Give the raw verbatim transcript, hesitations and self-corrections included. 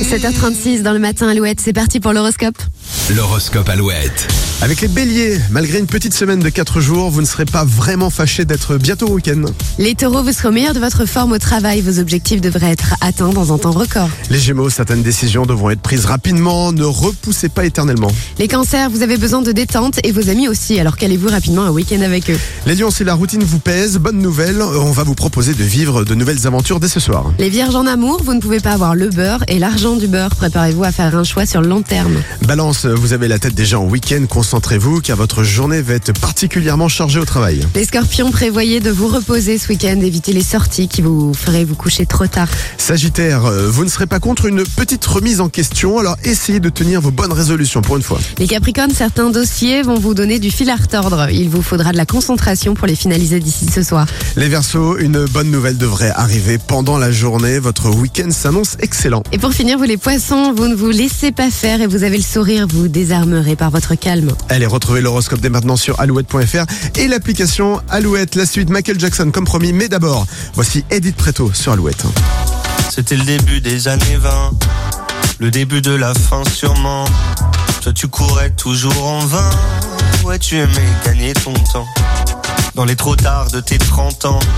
sept heures trente-six dans le matin, Alouette. C'est parti pour l'horoscope. L'horoscope Alouette. Avec les béliers, malgré une petite semaine de quatre jours, vous ne serez pas vraiment fâchés d'être bientôt au week-end. Les taureaux, vous serez au meilleur de votre forme au travail. Vos objectifs devraient être atteints dans un temps record. Les gémeaux, certaines décisions devront être prises rapidement, ne repoussez pas éternellement. Les cancers, vous avez besoin de détente et vos amis aussi, alors calez-vous rapidement un week-end avec eux. Les lions, si la routine vous pèse, bonne nouvelle, on va vous proposer de vivre de nouvelles aventures dès ce soir. Les vierges en amour, vous ne pouvez pas avoir le beurre et l'argent du beurre. Préparez-vous à faire un choix sur le long terme. Balance, vous avez la tête déjà en week-end, concentrez-vous car votre journée va être particulièrement chargée au travail. Les scorpions, prévoyez de vous reposer ce week-end, évitez les sorties qui vous feraient vous coucher trop tard. Sagittaire, vous ne serez pas contre une petite remise en question, alors essayez de tenir vos bonnes résolutions pour une fois. Les capricornes, certains dossiers vont vous donner du fil à retordre. Il vous faudra de la concentration pour les finaliser d'ici ce soir. Les Verseaux, une bonne nouvelle devrait arriver pendant la journée, votre week-end s'annonce excellent. Et pour finir, vous les poissons, vous ne vous laissez pas faire et vous avez le sourire, vous désarmerez par votre calme. Allez, retrouvez l'horoscope dès maintenant sur alouette point f r et l'application Alouette. La suite, Michael Jackson comme promis, mais d'abord, voici Edith Preto sur Alouette. C'était le début des années vingt, le début de la fin sûrement. Toi tu courais toujours en vain, ouais tu aimais gagner ton temps, dans les trop tard de tes trente ans.